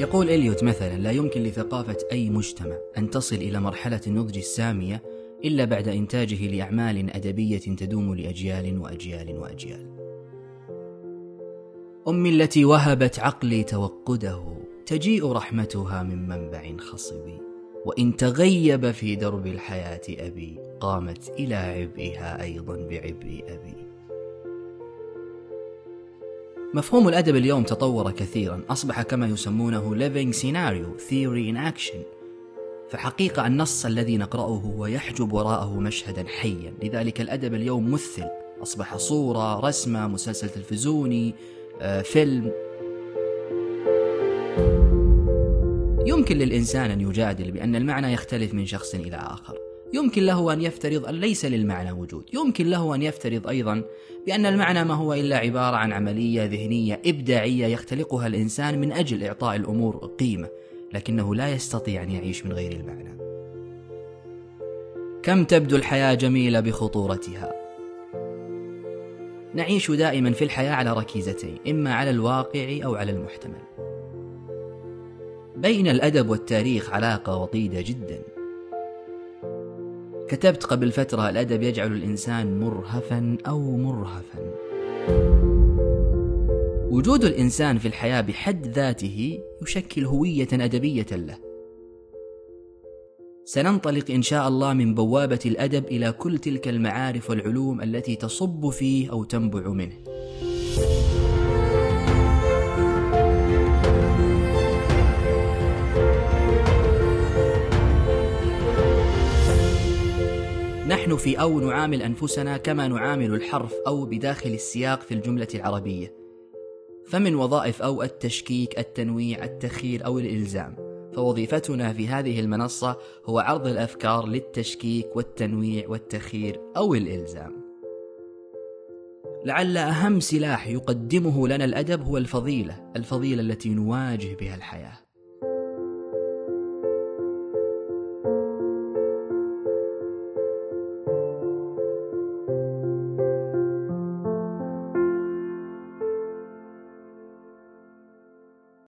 يقول إليوت مثلا: لا يمكن لثقافة أي مجتمع أن تصل إلى مرحلة النضج السامية إلا بعد إنتاجه لأعمال أدبية تدوم لأجيال وأجيال وأجيال. أمي التي وهبت عقلي توقده، تجيء رحمتها من منبع خصب، وإن تغيب في درب الحياة أبي، قامت إلى عبئها أيضا بعبء أبي. مفهوم الأدب اليوم تطور كثيرا، أصبح كما يسمونه living scenario theory in action، فحقيقة النص الذي نقرأه هو يحجب وراءه مشهدا حيا. لذلك الأدب اليوم مثل، أصبح صورة، رسمة، مسلسل تلفزيوني، فيلم. يمكن للإنسان أن يجادل بأن المعنى يختلف من شخص إلى آخر، يمكن له أن يفترض أن ليس للمعنى وجود، يمكن له أن يفترض أيضا بأن المعنى ما هو إلا عبارة عن عملية ذهنية إبداعية يختلقها الإنسان من أجل إعطاء الأمور قيمة، لكنه لا يستطيع أن يعيش من غير المعنى. كم تبدو الحياة جميلة بخطورتها. نعيش دائما في الحياة على ركيزتين، إما على الواقع أو على المحتمل. بين الأدب والتاريخ علاقة وطيدة جدا. كتبت قبل فترة: الأدب يجعل الإنسان مرهفا أو مرهفا. وجود الإنسان في الحياة بحد ذاته يشكل هوية أدبية له. سننطلق إن شاء الله من بوابة الأدب إلى كل تلك المعارف والعلوم التي تصب فيه أو تنبع منه. نحن في أو نعامل أنفسنا كما نعامل الحرف أو بداخل السياق في الجملة العربية، فمن وظائف أو التشكيك، التنويع، التخيير أو الإلزام. فوظيفتنا في هذه المنصة هو عرض الأفكار للتشكيك والتنويع والتخيير أو الإلزام. لعل أهم سلاح يقدمه لنا الأدب هو الفضيلة التي نواجه بها الحياة.